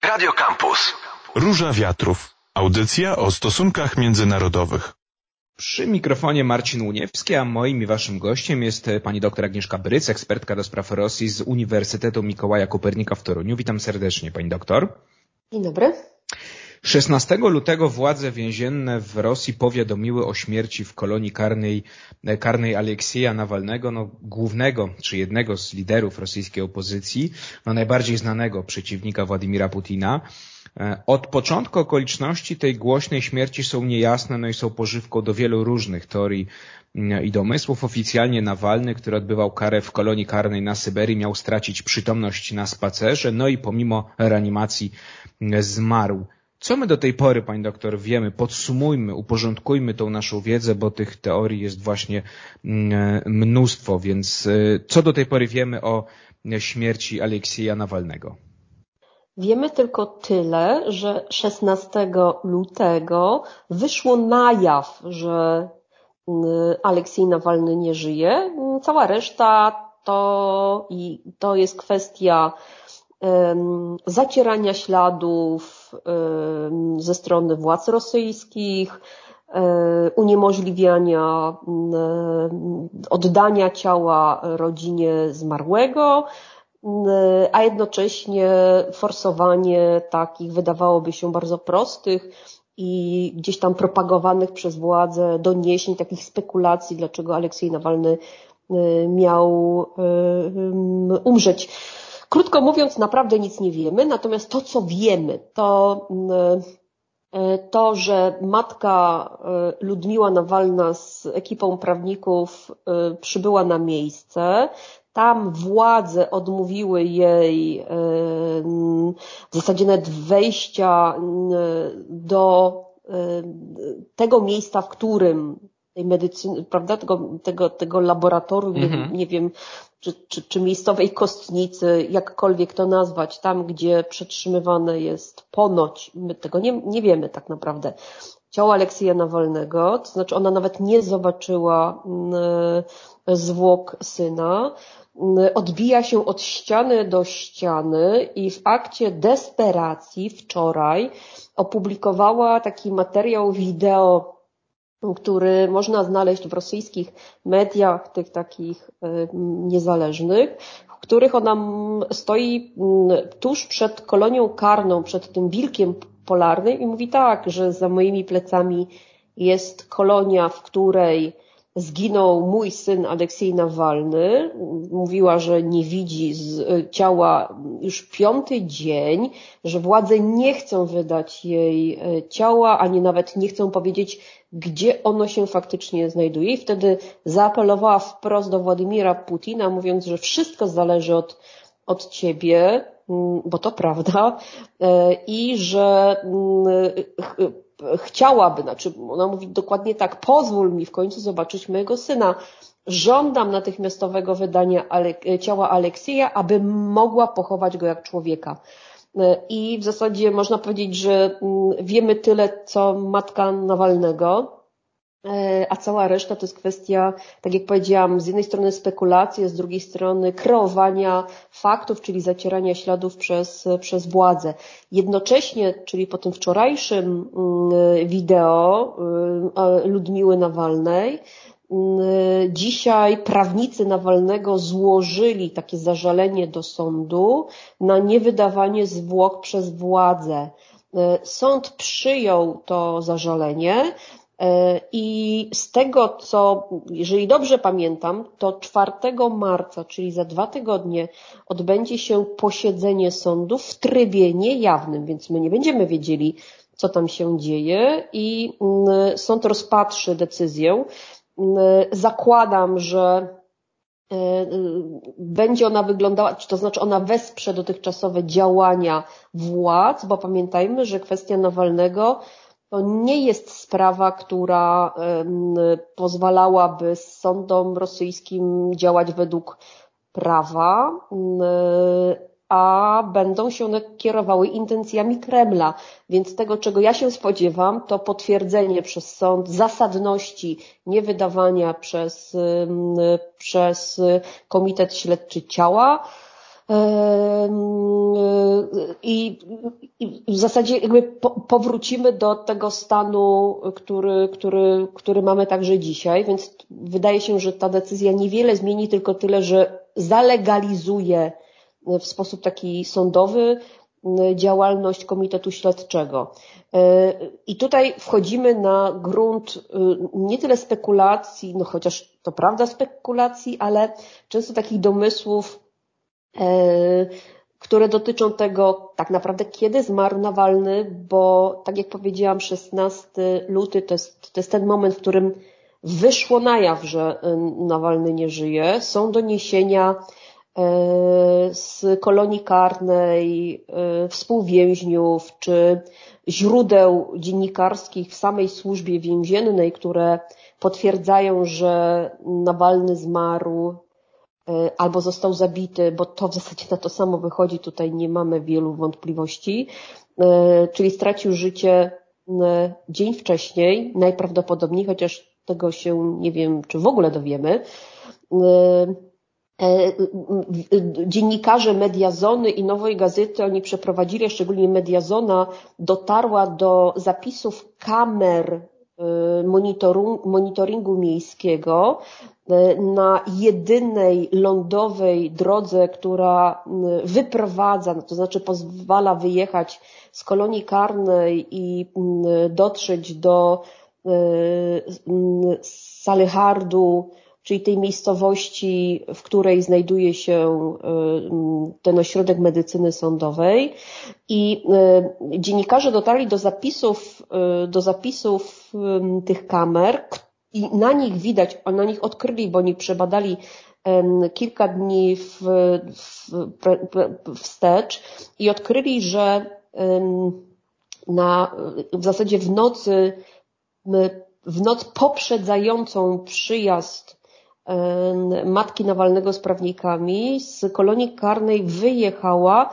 Radio Campus. Róża Wiatrów. Audycja o stosunkach międzynarodowych. Przy mikrofonie Marcin Łuniewski, a moim i waszym gościem jest pani dr Agnieszka Bryc, ekspertka do spraw Rosji z Uniwersytetu Mikołaja Kopernika w Toruniu. Witam serdecznie, pani doktor. Dzień dobry. 16 lutego władze więzienne w Rosji powiadomiły o śmierci w kolonii karnej Aleksieja Nawalnego, głównego czy jednego z liderów rosyjskiej opozycji, najbardziej znanego przeciwnika Władimira Putina. Od początku okoliczności tej głośnej śmierci są niejasne, i są pożywką do wielu różnych teorii i domysłów. Oficjalnie Nawalny, który odbywał karę w kolonii karnej na Syberii, miał stracić przytomność na spacerze, i pomimo reanimacji zmarł. Co my do tej pory, pani doktor, wiemy? Podsumujmy, uporządkujmy tą naszą wiedzę, bo tych teorii jest właśnie mnóstwo, więc co do tej pory wiemy o śmierci Aleksieja Nawalnego? Wiemy tylko tyle, że 16 lutego wyszło na jaw, że Aleksiej Nawalny nie żyje. Cała reszta to jest kwestia zacierania śladów ze strony władz rosyjskich, uniemożliwiania oddania ciała rodzinie zmarłego, a jednocześnie forsowanie takich, wydawałoby się, bardzo prostych i gdzieś tam propagowanych przez władze doniesień, takich spekulacji, dlaczego Aleksiej Nawalny miał umrzeć. Krótko mówiąc, naprawdę nic nie wiemy, natomiast to, co wiemy, to, że matka Ludmiła Nawalna z ekipą prawników przybyła na miejsce. Tam władze odmówiły jej w zasadzie nawet wejścia do tego miejsca, w którym tej medycyny, prawda, tego laboratorium, nie wiem, czy miejscowej kostnicy, jakkolwiek to nazwać, tam gdzie przetrzymywane jest ponoć, my tego nie wiemy tak naprawdę, ciało Aleksieja Nawalnego, to znaczy ona nawet nie zobaczyła zwłok syna, odbija się od ściany do ściany i w akcie desperacji wczoraj opublikowała taki materiał wideo, który można znaleźć w rosyjskich mediach, tych takich niezależnych, w których ona stoi tuż przed kolonią karną, przed tym wilkiem polarnym i mówi tak, że za moimi plecami jest kolonia, w której zginął mój syn Aleksiej Nawalny. Mówiła, że nie widzi ciała już 5. dzień, że władze nie chcą wydać jej ciała, ani nawet nie chcą powiedzieć, gdzie ono się faktycznie znajduje. I wtedy zaapelowała wprost do Władimira Putina, mówiąc, że wszystko zależy od ciebie, bo to prawda, i że chciałaby, ona mówi dokładnie tak, pozwól mi w końcu zobaczyć mojego syna. Żądam natychmiastowego wydania ciała Aleksieja, aby mogła pochować go jak człowieka. I w zasadzie można powiedzieć, że wiemy tyle, co matka Nawalnego, a cała reszta to jest kwestia, tak jak powiedziałam, z jednej strony spekulacji, a z drugiej strony kreowania faktów, czyli zacierania śladów przez władze. Jednocześnie, czyli po tym wczorajszym wideo Ludmiły Nawalnej, dzisiaj prawnicy Nawalnego złożyli takie zażalenie do sądu na niewydawanie zwłok przez władze. Sąd przyjął to zażalenie i z tego, co, jeżeli dobrze pamiętam, to 4 marca, czyli za 2 tygodnie, odbędzie się posiedzenie sądu w trybie niejawnym, więc my nie będziemy wiedzieli, co tam się dzieje i sąd rozpatrzy decyzję. Zakładam, że będzie ona wyglądała, to znaczy ona wesprze dotychczasowe działania władz, bo pamiętajmy, że kwestia Nawalnego to nie jest sprawa, która pozwalałaby sądom rosyjskim działać według prawa, a będą się one kierowały intencjami Kremla. Więc tego, czego ja się spodziewam, to potwierdzenie przez sąd zasadności niewydawania przez Komitet Śledczy ciała. I w zasadzie jakby powrócimy do tego stanu, który mamy także dzisiaj, więc wydaje się, że ta decyzja niewiele zmieni, tylko tyle, że zalegalizuje w sposób taki sądowy działalność Komitetu Śledczego. I tutaj wchodzimy na grunt nie tyle spekulacji, no chociaż to prawda spekulacji, ale często takich domysłów, które dotyczą tego tak naprawdę, kiedy zmarł Nawalny, bo tak jak powiedziałam, 16 luty to jest ten moment, w którym wyszło na jaw, że Nawalny nie żyje. Są doniesienia z kolonii karnej, współwięźniów czy źródeł dziennikarskich w samej służbie więziennej, które potwierdzają, że Nawalny zmarł albo został zabity, bo to w zasadzie na to samo wychodzi, tutaj nie mamy wielu wątpliwości, czyli stracił życie dzień wcześniej, najprawdopodobniej, chociaż tego się nie wiem, czy w ogóle dowiemy. Dziennikarze Mediazony i Nowej Gazety, oni przeprowadzili, szczególnie Mediazona, dotarła do zapisów kamer monitoringu miejskiego na jedynej lądowej drodze, która wyprowadza, to znaczy pozwala wyjechać z kolonii karnej i dotrzeć do Salehardu, czyli tej miejscowości, w której znajduje się ten ośrodek medycyny sądowej. I dziennikarze dotarli do zapisów tych kamer i na nich widać, na nich odkryli, bo oni przebadali kilka dni wstecz i odkryli, że w zasadzie w noc poprzedzającą przyjazd matki Nawalnego z prawnikami z kolonii karnej wyjechała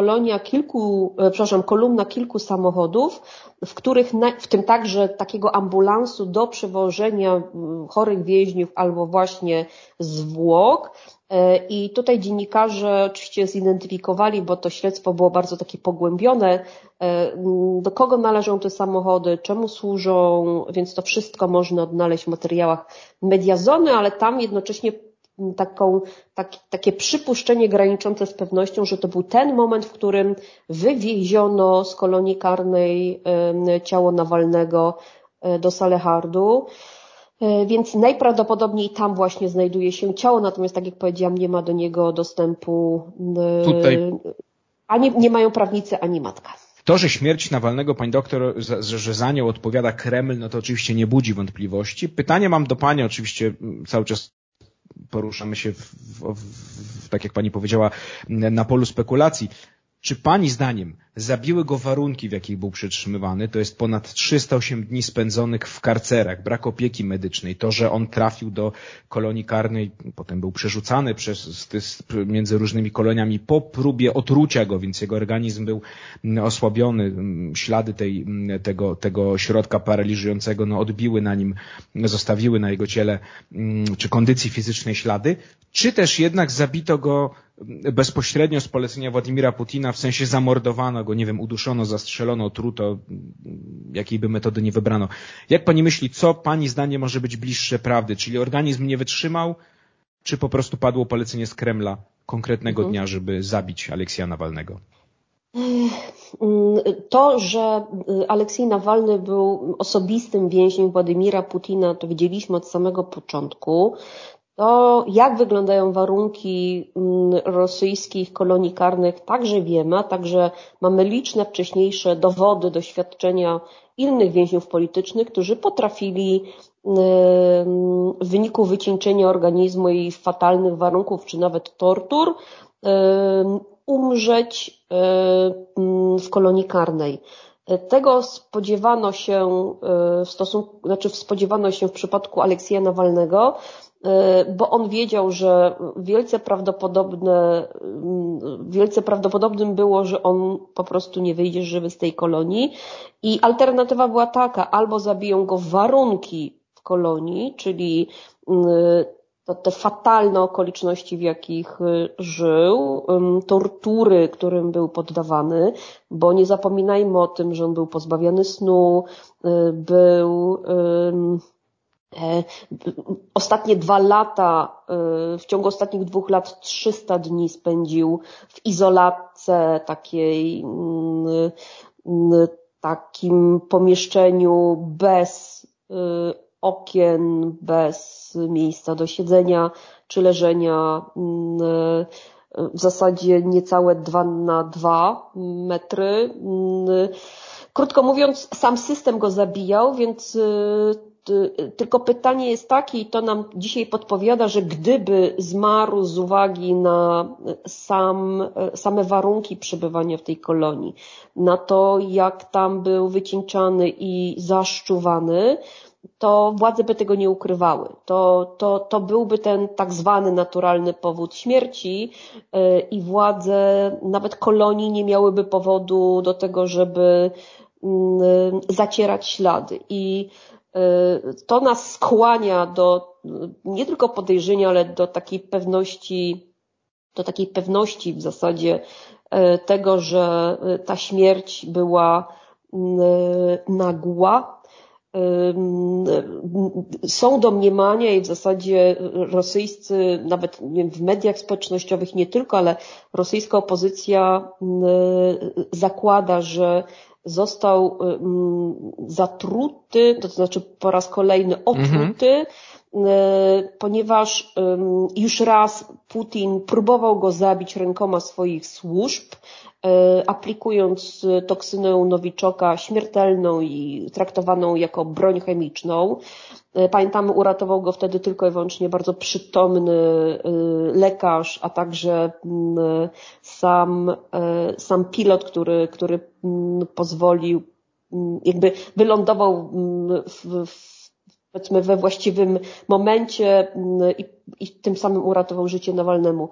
kolumna kilku samochodów, w których, w tym także takiego ambulansu do przewożenia chorych więźniów albo właśnie zwłok. I tutaj dziennikarze oczywiście zidentyfikowali, bo to śledztwo było bardzo takie pogłębione, do kogo należą te samochody, czemu służą, więc to wszystko można odnaleźć w materiałach Mediazony, ale tam jednocześnie takie przypuszczenie graniczące z pewnością, że to był ten moment, w którym wywieziono z kolonii karnej ciało Nawalnego do Salehardu. Więc najprawdopodobniej tam właśnie znajduje się ciało, natomiast tak jak powiedziałam, nie ma do niego dostępu, ani nie mają prawnicy, ani matka. To, że śmierć Nawalnego, pani doktor, że za nią odpowiada Kreml, no to oczywiście nie budzi wątpliwości. Pytanie mam do pani, oczywiście cały czas poruszamy się tak jak pani powiedziała, na polu spekulacji. Czy pani zdaniem zabiły go warunki, w jakich był przetrzymywany? To jest ponad 308 dni spędzonych w karcerach, brak opieki medycznej, to, że on trafił do kolonii karnej, potem był przerzucany między różnymi koloniami po próbie otrucia go, więc jego organizm był osłabiony, ślady tego środka paraliżującego odbiły na nim, zostawiły na jego ciele czy kondycji fizycznej ślady, czy też jednak zabito go bezpośrednio z polecenia Władimira Putina, w sensie zamordowano go, nie wiem, uduszono, zastrzelono, otruto, jakiej by metody nie wybrano. Jak pani myśli, co pani zdanie może być bliższe prawdy? Czyli organizm nie wytrzymał, czy po prostu padło polecenie z Kremla konkretnego dnia, żeby zabić Aleksieja Nawalnego? To, że Aleksiej Nawalny był osobistym więźniem Władimira Putina, to wiedzieliśmy od samego początku. To, jak wyglądają warunki rosyjskich kolonii karnych, także wiemy, a także mamy liczne wcześniejsze dowody, doświadczenia innych więźniów politycznych, którzy potrafili w wyniku wycieńczenia organizmu i fatalnych warunków, czy nawet tortur, umrzeć w kolonii karnej. Tego spodziewano się w przypadku Aleksieja Nawalnego, bo on wiedział, że wielce prawdopodobnym było, że on po prostu nie wyjdzie żywy z tej kolonii i alternatywa była taka, albo zabiją go warunki w kolonii, czyli te fatalne okoliczności, w jakich żył, tortury, którym był poddawany, bo nie zapominajmy o tym, że on był pozbawiany snu, ostatnie 2 lata, w ciągu ostatnich 2 lat 300 dni spędził w izolatce takiej, takim pomieszczeniu bez okien, bez miejsca do siedzenia czy leżenia, w zasadzie niecałe 2x2 metry. Krótko mówiąc, sam system go zabijał, więc tylko pytanie jest takie, i to nam dzisiaj podpowiada, że gdyby zmarł z uwagi na same warunki przebywania w tej kolonii, na to, jak tam był wycieńczany i zaszczuwany, to władze by tego nie ukrywały. To byłby ten tak zwany naturalny powód śmierci i władze, nawet kolonii, nie miałyby powodu do tego, żeby zacierać ślady. I to nas skłania do nie tylko podejrzenia, ale do takiej pewności w zasadzie tego, że ta śmierć była nagła. Są domniemania i w zasadzie rosyjscy, nawet nie wiem, w mediach społecznościowych nie tylko, ale rosyjska opozycja zakłada, że został zatruty, to znaczy po raz kolejny otruty, ponieważ już raz Putin próbował go zabić rękoma swoich służb, aplikując toksynę nowiczoka śmiertelną i traktowaną jako broń chemiczną. Pamiętamy, uratował go wtedy tylko i wyłącznie bardzo przytomny lekarz, a także sam pilot, który pozwolił, jakby wylądował powiedzmy we właściwym momencie i tym samym uratował życie Nawalnemu.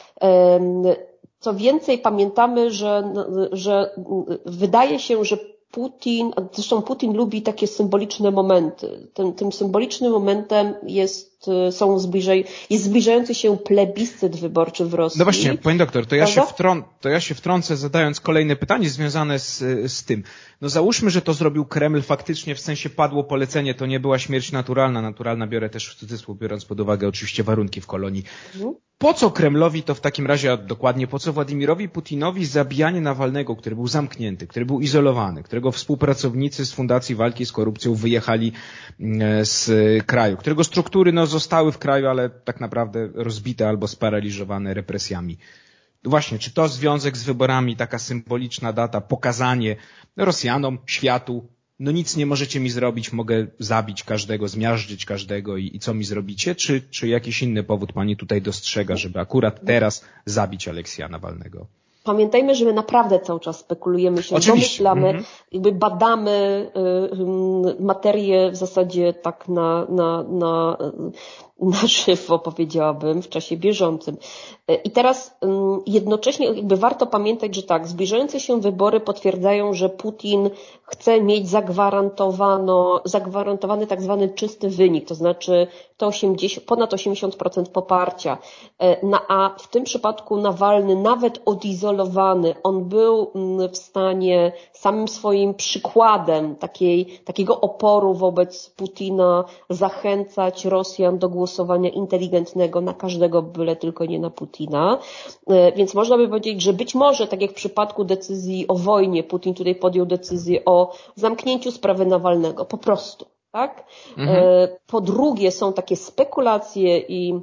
Co więcej, pamiętamy, że wydaje się, że zresztą Putin lubi takie symboliczne momenty. Tym symbolicznym momentem jest zbliżający się plebiscyt wyborczy w Rosji. No właśnie, pani doktor, to ja się wtrącę, zadając kolejne pytanie związane z tym. No załóżmy, że to zrobił Kreml faktycznie, w sensie padło polecenie, to nie była śmierć naturalna biorę też w cudzysłów, biorąc pod uwagę oczywiście warunki w kolonii. Po co Kremlowi to w takim razie, a dokładnie po co Władimirowi Putinowi zabijanie Nawalnego, który był zamknięty, który był izolowany, którego współpracownicy z Fundacji Walki z Korupcją wyjechali z kraju, którego struktury zostały w kraju, ale tak naprawdę rozbite albo sparaliżowane represjami. Właśnie, czy to związek z wyborami, taka symboliczna data, pokazanie Rosjanom, światu, no nic nie możecie mi zrobić, mogę zabić każdego, zmiażdżyć każdego i co mi zrobicie? Czy jakiś inny powód pani tutaj dostrzega, żeby akurat teraz zabić Aleksieja Nawalnego? Pamiętajmy, że my naprawdę cały czas spekulujemy się, domyślamy, jakby badamy materię w zasadzie tak na żywo, powiedziałabym, w czasie bieżącym. I teraz jednocześnie jakby warto pamiętać, że tak, zbliżające się wybory potwierdzają, że Putin chce mieć zagwarantowany tak zwany czysty wynik, to znaczy ponad 80% poparcia. A w tym przypadku Nawalny, nawet odizolowany, on był w stanie samym swoim przykładem takiego oporu wobec Putina zachęcać Rosjan do głosowania inteligentnego na każdego, byle tylko nie na Putina. Więc można by powiedzieć, że być może, tak jak w przypadku decyzji o wojnie, Putin tutaj podjął decyzję o zamknięciu sprawy Nawalnego. Po prostu. Tak? Po drugie, są takie spekulacje i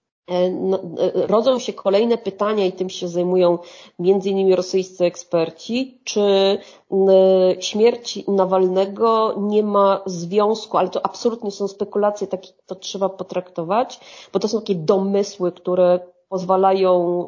rodzą się kolejne pytania i tym się zajmują między innymi rosyjscy eksperci, czy śmierć Nawalnego nie ma związku, ale to absolutnie są spekulacje, tak to trzeba potraktować, bo to są takie domysły, które pozwalają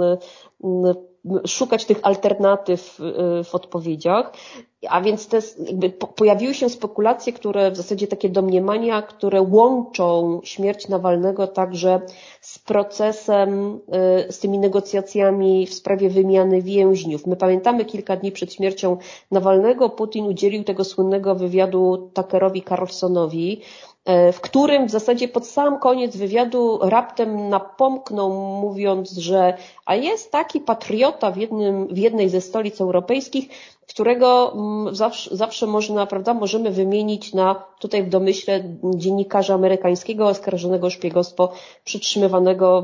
szukać tych alternatyw w odpowiedziach. A więc pojawiły się spekulacje, które w zasadzie takie domniemania, które łączą śmierć Nawalnego także z procesem, z tymi negocjacjami w sprawie wymiany więźniów. My pamiętamy, kilka dni przed śmiercią Nawalnego Putin udzielił tego słynnego wywiadu Tuckerowi Carlsonowi, w którym w zasadzie pod sam koniec wywiadu raptem napomknął, mówiąc, że a jest taki patriota w jednej ze stolic europejskich, którego zawsze można, prawda, możemy wymienić na, tutaj w domyśle, dziennikarza amerykańskiego oskarżonego o szpiegostwo, przetrzymywanego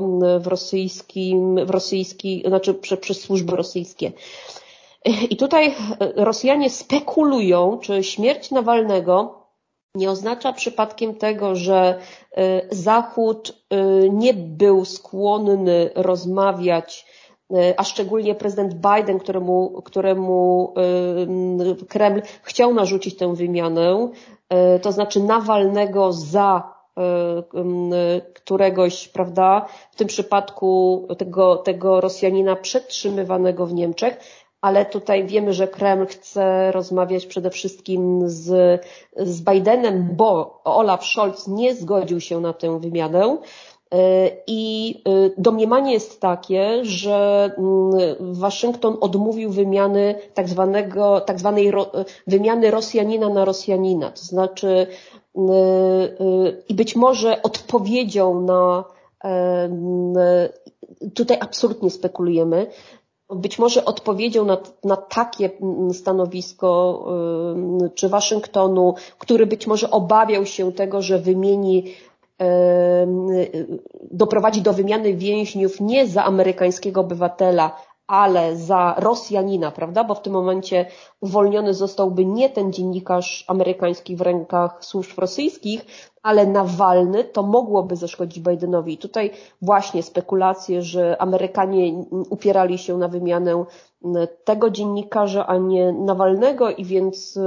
przez służby rosyjskie. I tutaj Rosjanie spekulują, czy śmierć Nawalnego nie oznacza przypadkiem tego, że Zachód nie był skłonny rozmawiać, a szczególnie prezydent Biden, któremu Kreml chciał narzucić tę wymianę, to znaczy Nawalnego za któregoś, prawda, w tym przypadku tego Rosjanina przetrzymywanego w Niemczech, ale tutaj wiemy, że Kreml chce rozmawiać przede wszystkim z Bidenem, bo Olaf Scholz nie zgodził się na tę wymianę. I domniemanie jest takie, że Waszyngton odmówił wymiany tak zwanej wymiany Rosjanina na Rosjanina. To znaczy i być może odpowiedzią tutaj absolutnie spekulujemy, być może odpowiedzią na takie stanowisko czy Waszyngtonu, który być może obawiał się tego, że doprowadzi do wymiany więźniów nie za amerykańskiego obywatela, ale za Rosjanina, prawda? Bo w tym momencie uwolniony zostałby nie ten dziennikarz amerykański w rękach służb rosyjskich, ale Nawalny, to mogłoby zaszkodzić Bidenowi. I tutaj właśnie spekulacje, że Amerykanie upierali się na wymianę tego dziennikarza, a nie Nawalnego i więc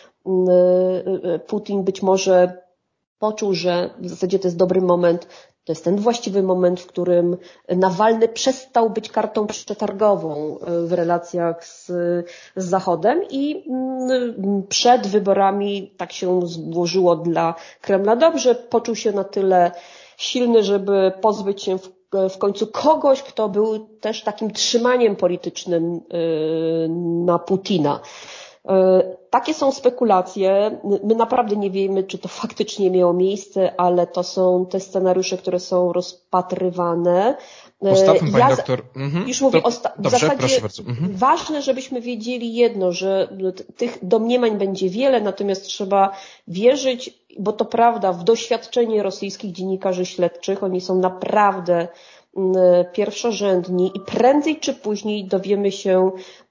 Putin być może poczuł, że w zasadzie to jest dobry moment, to jest ten właściwy moment, w którym Nawalny przestał być kartą przetargową w relacjach z Zachodem i przed wyborami tak się złożyło dla Kremla dobrze, poczuł się na tyle silny, żeby pozbyć się w końcu kogoś, kto był też takim trzymaniem politycznym na Putina. Takie są spekulacje. My naprawdę nie wiemy, czy to faktycznie miało miejsce, ale to są te scenariusze, które są rozpatrywane. Postawmy, pani doktor. Już mówię, dobrze, w zasadzie proszę bardzo. ważne, żebyśmy wiedzieli jedno, że tych domniemań będzie wiele, natomiast trzeba wierzyć, bo to prawda, w doświadczenie rosyjskich dziennikarzy śledczych. Oni są naprawdę pierwszorzędni i prędzej czy później dowiemy się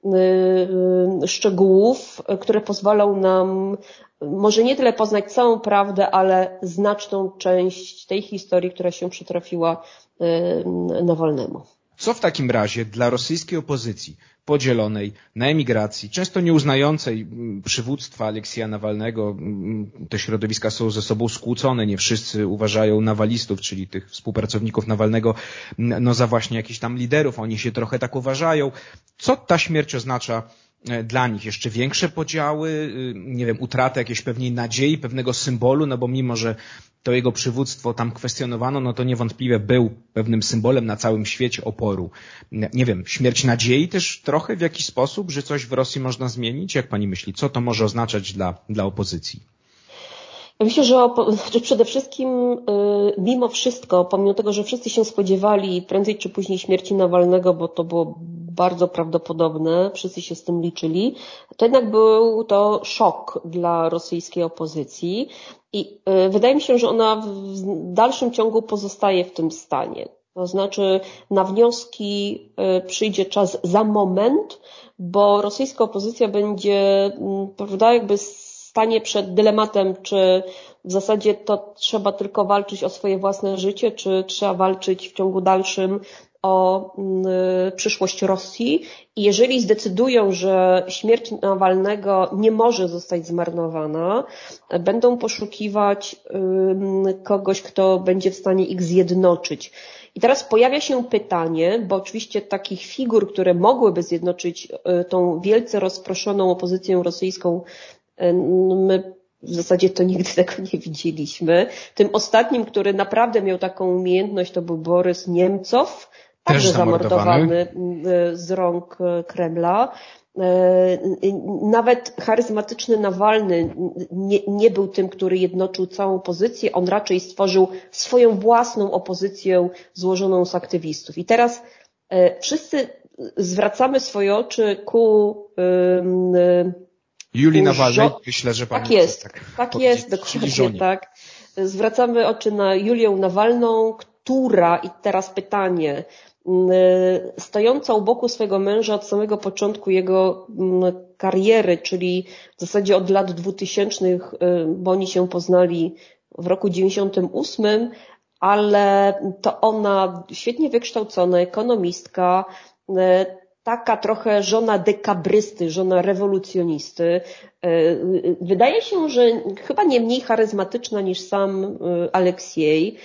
szczegółów, które pozwolą nam może nie tyle poznać całą prawdę, ale znaczną część tej historii, która się przytrafiła Nawalnemu. Co w takim razie dla rosyjskiej opozycji podzielonej na emigracji, często nieuznającej przywództwa Aleksieja Nawalnego, te środowiska są ze sobą skłócone, nie wszyscy uważają nawalistów, czyli tych współpracowników Nawalnego, za właśnie jakichś tam liderów, oni się trochę tak uważają. Co ta śmierć oznacza dla nich? Jeszcze większe podziały, nie wiem, utratę jakiejś pewnej nadziei, pewnego symbolu, bo mimo, że to jego przywództwo tam kwestionowano, to niewątpliwie był pewnym symbolem na całym świecie oporu. Nie wiem, śmierć nadziei też trochę w jakiś sposób, że coś w Rosji można zmienić? Jak pani myśli, co to może oznaczać dla opozycji? Ja myślę, że przede wszystkim mimo wszystko, pomimo tego, że wszyscy się spodziewali prędzej czy później śmierci Nawalnego, bo to było bardzo prawdopodobne, wszyscy się z tym liczyli, to jednak był to szok dla rosyjskiej opozycji i wydaje mi się, że ona w dalszym ciągu pozostaje w tym stanie. To znaczy na wnioski przyjdzie czas za moment, bo rosyjska opozycja będzie, prawda, jakby stanie przed dylematem, czy w zasadzie to trzeba tylko walczyć o swoje własne życie, czy trzeba walczyć w ciągu dalszym o przyszłość Rosji. I jeżeli zdecydują, że śmierć Nawalnego nie może zostać zmarnowana, będą poszukiwać kogoś, kto będzie w stanie ich zjednoczyć. I teraz pojawia się pytanie, bo oczywiście takich figur, które mogłyby zjednoczyć tą wielce rozproszoną opozycję rosyjską, my w zasadzie to nigdy tego nie widzieliśmy. Tym ostatnim, który naprawdę miał taką umiejętność, to był Borys Niemcow, także zamordowany z rąk Kremla. Nawet charyzmatyczny Nawalny nie był tym, który jednoczył całą opozycję, on raczej stworzył swoją własną opozycję złożoną z aktywistów. I teraz wszyscy zwracamy swoje oczy ku Julii Nawalnej, myślę, że pani tak jest, dokładnie tak. Zwracamy oczy na Julię Nawalną, która, i teraz pytanie, stojąca u boku swojego męża od samego początku jego kariery, czyli w zasadzie od lat 2000, bo oni się poznali w roku 98, ale to ona świetnie wykształcona, ekonomistka, taka trochę żona dekabrysty, żona rewolucjonisty. Wydaje się, że chyba nie mniej charyzmatyczna niż sam Aleksiej.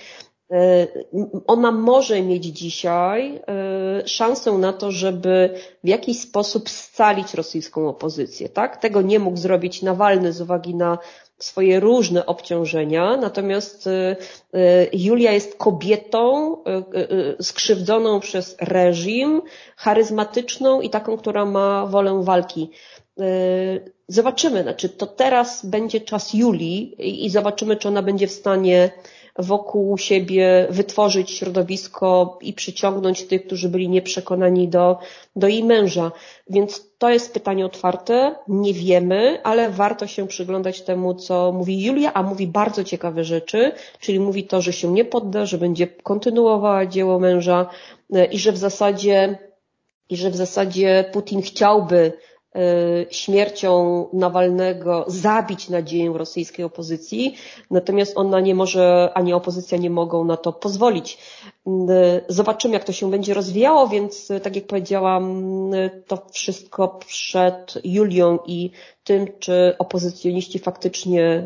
Ona może mieć dzisiaj szansę na to, żeby w jakiś sposób scalić rosyjską opozycję, tak? Tego nie mógł zrobić Nawalny z uwagi na swoje różne obciążenia, natomiast Julia jest kobietą skrzywdzoną przez reżim, charyzmatyczną i taką, która ma wolę walki. Zobaczymy, znaczy to teraz będzie czas Julii i zobaczymy, czy ona będzie w stanie wokół siebie wytworzyć środowisko i przyciągnąć tych, którzy byli nieprzekonani do jej męża. Więc to jest pytanie otwarte, nie wiemy, ale warto się przyglądać temu, co mówi Julia, a mówi bardzo ciekawe rzeczy, czyli mówi to, że się nie podda, że będzie kontynuowała dzieło męża i że w zasadzie Putin chciałby śmiercią Nawalnego zabić nadzieję rosyjskiej opozycji, natomiast ona nie może, ani opozycja nie mogą na to pozwolić. Zobaczymy, jak to się będzie rozwijało, więc tak jak powiedziałam, to wszystko przed Julią i tym, czy opozycjoniści faktycznie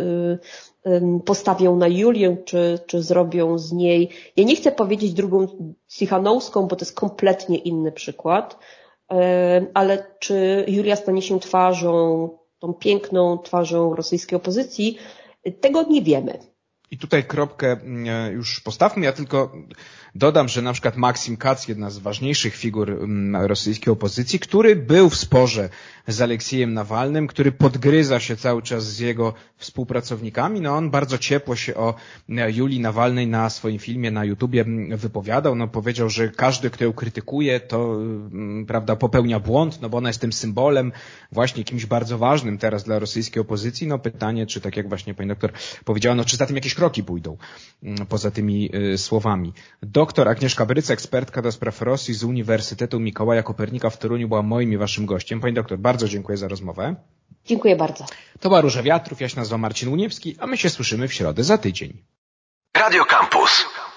postawią na Julię, czy zrobią z niej, ja nie chcę powiedzieć drugą Cichanouszką, bo to jest kompletnie inny przykład, ale czy Julia stanie się twarzą, tą piękną twarzą rosyjskiej opozycji, tego nie wiemy. I tutaj kropkę już postawmy, ja tylko dodam, że na przykład Maksim Kac, jedna z ważniejszych figur rosyjskiej opozycji, który był w sporze z Aleksiejem Nawalnym, który podgryza się cały czas z jego współpracownikami, no on bardzo ciepło się o Julii Nawalnej na swoim filmie na YouTubie wypowiadał, no powiedział, że każdy, kto ją krytykuje, to prawda, popełnia błąd, no bo ona jest tym symbolem, właśnie kimś bardzo ważnym teraz dla rosyjskiej opozycji, no pytanie, czy tak jak właśnie pani doktor powiedziała, no czy za tym jakieś kroki pójdą, poza tymi słowami. Doktor Agnieszka Bryc, ekspertka do spraw Rosji z Uniwersytetu Mikołaja Kopernika w Toruniu, była moim i waszym gościem. Pani doktor, bardzo dziękuję za rozmowę. Dziękuję bardzo. To była Róża Wiatrów, ja się nazywam Marcin Uniewski, a my się słyszymy w środę za tydzień. Radio Campus.